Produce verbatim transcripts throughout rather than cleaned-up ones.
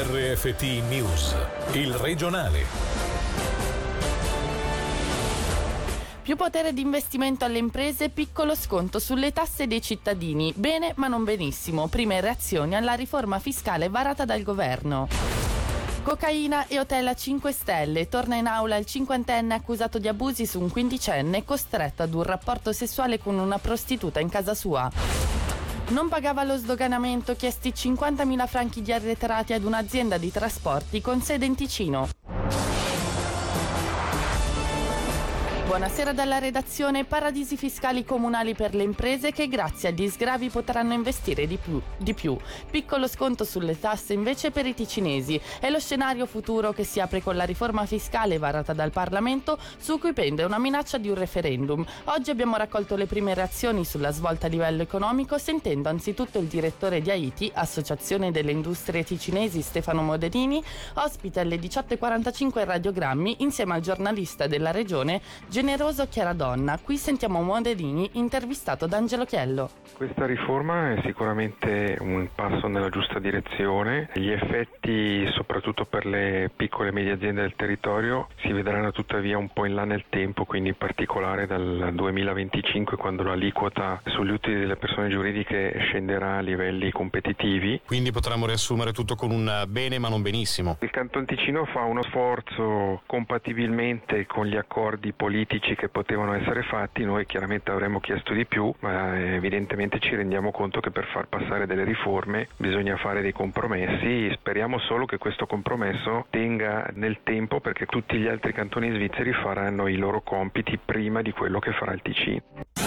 R F T News, il regionale. Più potere di investimento alle imprese, piccolo sconto sulle tasse dei cittadini. Bene ma non benissimo. Prime reazioni alla riforma fiscale varata dal governo. Cocaina e hotel a cinque stelle. Torna in aula il cinquantenne accusato di abusi su un quindicenne costretto ad un rapporto sessuale con una prostituta in casa sua. Non pagava lo sdoganamento, chiesti cinquantamila franchi di arretrati ad un'azienda di trasporti con sede in Ticino. Buonasera dalla redazione. Paradisi fiscali comunali per le imprese che grazie agli sgravi potranno investire di più, di più. Piccolo sconto sulle tasse invece per i ticinesi. È lo scenario futuro che si apre con la riforma fiscale varata dal Parlamento, su cui pende una minaccia di un referendum. Oggi abbiamo raccolto le prime reazioni sulla svolta a livello economico, sentendo anzitutto il direttore di A I T I, Associazione delle Industrie Ticinesi, Stefano Moderini, ospite alle diciotto e quarantacinque Radiogrammi, insieme al giornalista della regione Generoso Chiaradonna. Qui sentiamo Moderini intervistato da Angelo Chiello. Questa riforma è sicuramente un passo nella giusta direzione. Gli effetti, soprattutto per le piccole e medie aziende del territorio, si vedranno tuttavia un po' in là nel tempo, quindi in particolare dal duemilaventicinque, quando l'aliquota sugli utili delle persone giuridiche scenderà a livelli competitivi. Quindi potremmo riassumere tutto con un bene ma non benissimo. Il Canton Ticino fa uno sforzo compatibilmente con gli accordi politici che potevano essere fatti. Noi chiaramente avremmo chiesto di più, ma evidentemente ci rendiamo conto che per far passare delle riforme bisogna fare dei compromessi. Speriamo solo che questo compromesso tenga nel tempo, perché tutti gli altri cantoni svizzeri faranno i loro compiti prima di quello che farà il Ticino.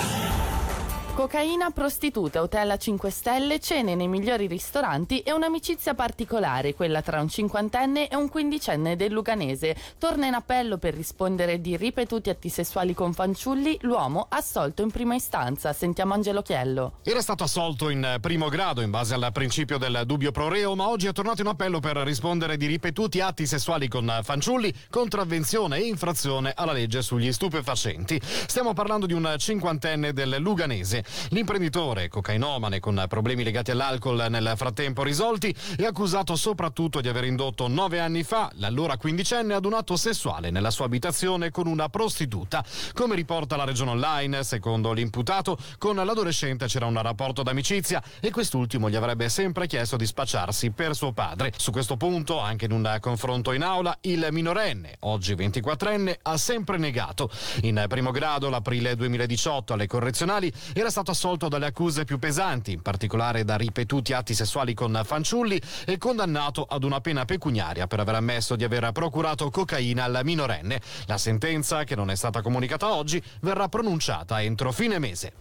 Cocaina, prostitute, hotel a cinque stelle, cene nei migliori ristoranti e un'amicizia particolare, quella tra un cinquantenne e un quindicenne del Luganese. Torna in appello per rispondere di ripetuti atti sessuali con fanciulli l'uomo assolto in prima istanza. Sentiamo Angelo Chiello. Era stato assolto in primo grado in base al principio del dubbio pro reo, ma oggi è tornato in appello per rispondere di ripetuti atti sessuali con fanciulli, contravvenzione e infrazione alla legge sugli stupefacenti. Stiamo parlando di un cinquantenne del Luganese. L'imprenditore, cocainomane con problemi legati all'alcol nel frattempo risolti, è accusato soprattutto di aver indotto nove anni fa l'allora quindicenne ad un atto sessuale nella sua abitazione con una prostituta. Come riporta la Regione Online, secondo l'imputato, con l'adolescente c'era un rapporto d'amicizia e quest'ultimo gli avrebbe sempre chiesto di spacciarsi per suo padre. Su questo punto, anche in un confronto in aula, il minorenne, oggi ventiquattrenne, ha sempre negato. In primo grado, l'aprile duemiladiciotto, alle correzionali, era stato assolto dalle accuse più pesanti, in particolare da ripetuti atti sessuali con fanciulli, e condannato ad una pena pecuniaria per aver ammesso di aver procurato cocaina al minorenne. La sentenza, che non è stata comunicata oggi, verrà pronunciata entro fine mese.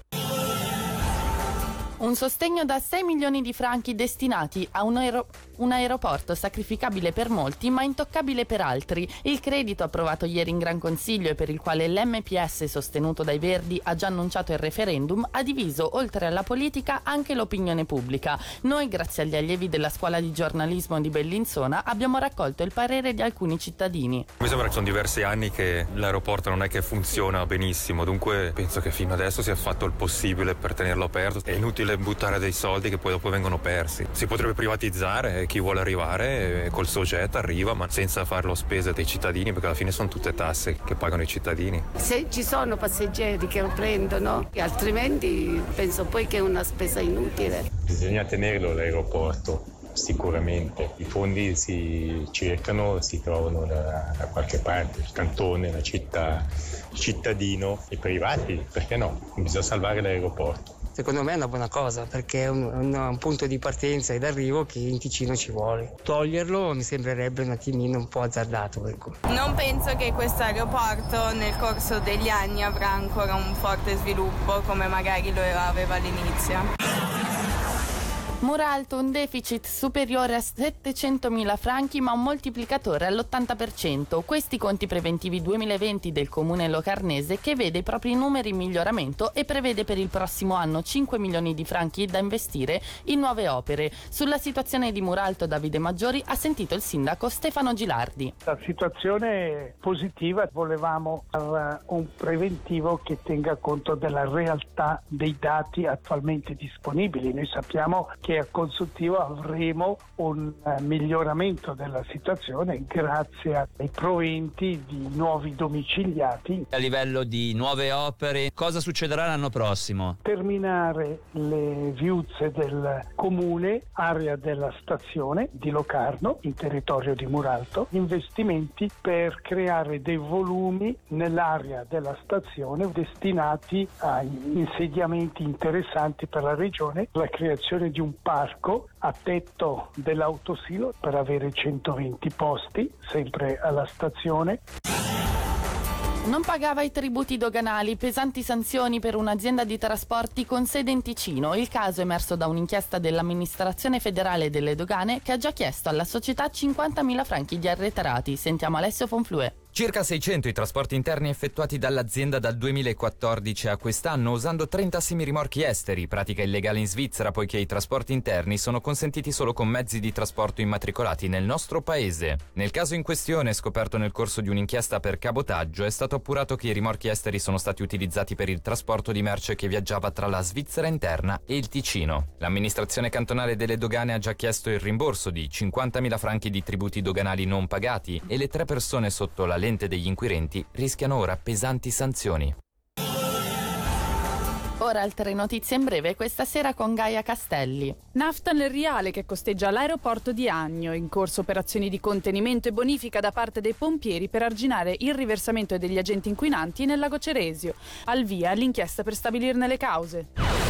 Un sostegno da sei milioni di franchi destinati a un, aero- un aeroporto sacrificabile per molti ma intoccabile per altri. Il credito approvato ieri in Gran Consiglio e per il quale l'M P S, sostenuto dai Verdi, ha già annunciato il referendum, ha diviso oltre alla politica anche l'opinione pubblica. Noi, grazie agli allievi della scuola di giornalismo di Bellinzona, abbiamo raccolto il parere di alcuni cittadini. Mi sembra che sono diversi anni che l'aeroporto non è che funziona benissimo, dunque penso che fino adesso si è fatto il possibile per tenerlo aperto. È inutile buttare dei soldi che poi dopo vengono persi. Si potrebbe privatizzare, chi vuole arrivare col suo jet arriva, ma senza fare lo spese dei cittadini, perché alla fine sono tutte tasse che pagano i cittadini. Se ci sono passeggeri che lo prendono, altrimenti penso poi che è una spesa inutile. Bisogna tenerlo l'aeroporto. Sicuramente i fondi si cercano, si trovano da, da qualche parte, il cantone, la città, il cittadino, i privati, perché no? Bisogna salvare l'aeroporto. Secondo me è una buona cosa, perché è un, un, un punto di partenza e d'arrivo che in Ticino ci vuole. Toglierlo mi sembrerebbe un attimino un po' azzardato. Ecco. Non penso che questo aeroporto nel corso degli anni avrà ancora un forte sviluppo come magari lo aveva all'inizio. Muralto, un deficit superiore a settecentomila franchi ma un moltiplicatore all'ottanta per cento. Questi conti preventivi duemilaventi del comune locarnese, che vede i propri numeri in miglioramento e prevede per il prossimo anno cinque milioni di franchi da investire in nuove opere. Sulla situazione di Muralto, Davide Maggiori ha sentito il sindaco Stefano Gilardi. La situazione è positiva, volevamo un preventivo che tenga conto della realtà dei dati attualmente disponibili. Noi sappiamo che che a consuntivo avremo un uh, miglioramento della situazione grazie ai proventi di nuovi domiciliati. A livello di nuove opere, cosa succederà l'anno prossimo? Terminare le viuzze del comune, area della stazione di Locarno, in territorio di Muralto, investimenti per creare dei volumi nell'area della stazione destinati a insediamenti interessanti per la regione, la creazione di un parco a tetto dell'autosilo per avere centoventi posti, sempre alla stazione. Non pagava i tributi doganali, pesanti sanzioni per un'azienda di trasporti con sede in Ticino. Il caso è emerso da un'inchiesta dell'amministrazione federale delle dogane che ha già chiesto alla società cinquantamila franchi di arretrati. Sentiamo Alessio Fonflue. Circa seicento i trasporti interni effettuati dall'azienda dal duemilaquattordici a quest'anno usando trenta semirimorchi esteri, pratica illegale in Svizzera poiché i trasporti interni sono consentiti solo con mezzi di trasporto immatricolati nel nostro paese. Nel caso in questione, scoperto nel corso di un'inchiesta per cabotaggio, è stato appurato che i rimorchi esteri sono stati utilizzati per il trasporto di merce che viaggiava tra la Svizzera interna e il Ticino. L'amministrazione cantonale delle dogane ha già chiesto il rimborso di cinquantamila franchi di tributi doganali non pagati e le tre persone sotto la lente degli inquirenti rischiano ora pesanti sanzioni. Ora altre notizie in breve, questa sera con Gaia Castelli. Nafta nel Riale che costeggia l'aeroporto di Agno. In corso operazioni di contenimento e bonifica da parte dei pompieri per arginare il riversamento degli agenti inquinanti nel lago Ceresio. Al via l'inchiesta per stabilirne le cause.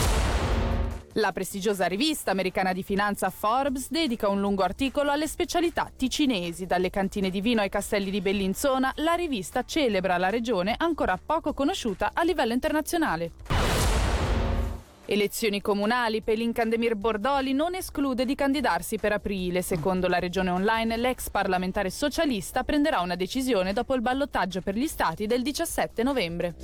La prestigiosa rivista americana di finanza Forbes dedica un lungo articolo alle specialità ticinesi. Dalle cantine di vino ai castelli di Bellinzona, la rivista celebra la regione ancora poco conosciuta a livello internazionale. Elezioni comunali, Pelin-Candemir Bordoli non esclude di candidarsi per aprile. Secondo la regione online, l'ex parlamentare socialista prenderà una decisione dopo il ballottaggio per gli stati del diciassette novembre.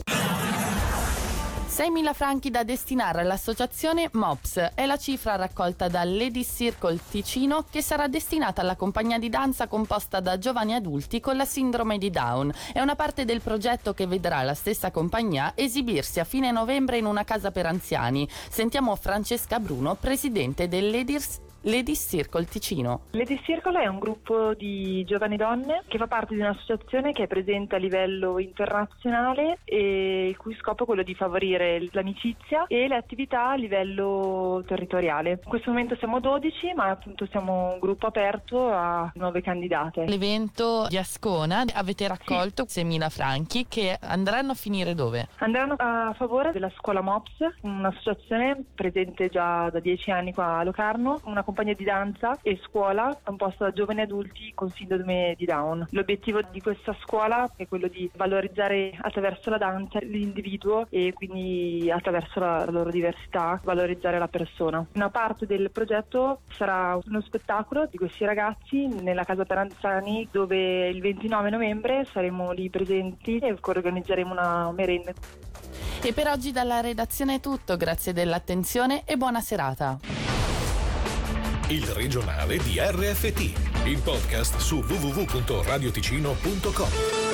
seimila franchi da destinare all'associazione M O P S è la cifra raccolta dal Ladies Circle Ticino che sarà destinata alla compagnia di danza composta da giovani adulti con la sindrome di Down. È una parte del progetto che vedrà la stessa compagnia esibirsi a fine novembre in una casa per anziani. Sentiamo Francesca Bruno, presidente del Ladies Ladies Circle Ticino. Ladies Circle è un gruppo di giovani donne che fa parte di un'associazione che è presente a livello internazionale e il cui scopo è quello di favorire l'amicizia e le attività a livello territoriale. In questo momento siamo dodici, ma appunto siamo un gruppo aperto a nuove candidate. L'evento di Ascona avete raccolto sì. seimila franchi che andranno a finire dove? Andranno a favore della scuola M O P S, un'associazione presente già da dieci anni qua a Locarno, una compagnia di danza e scuola composta da giovani adulti con sindrome di Down. L'obiettivo di questa scuola è quello di valorizzare attraverso la danza l'individuo e quindi attraverso la loro diversità valorizzare la persona. Una parte del progetto sarà uno spettacolo di questi ragazzi nella casa per anziani dove il ventinove novembre saremo lì presenti e organizzeremo una merenda. E per oggi dalla redazione è tutto, grazie dell'attenzione e buona serata. Il regionale di R F T, il podcast su w w w punto radioticino punto com.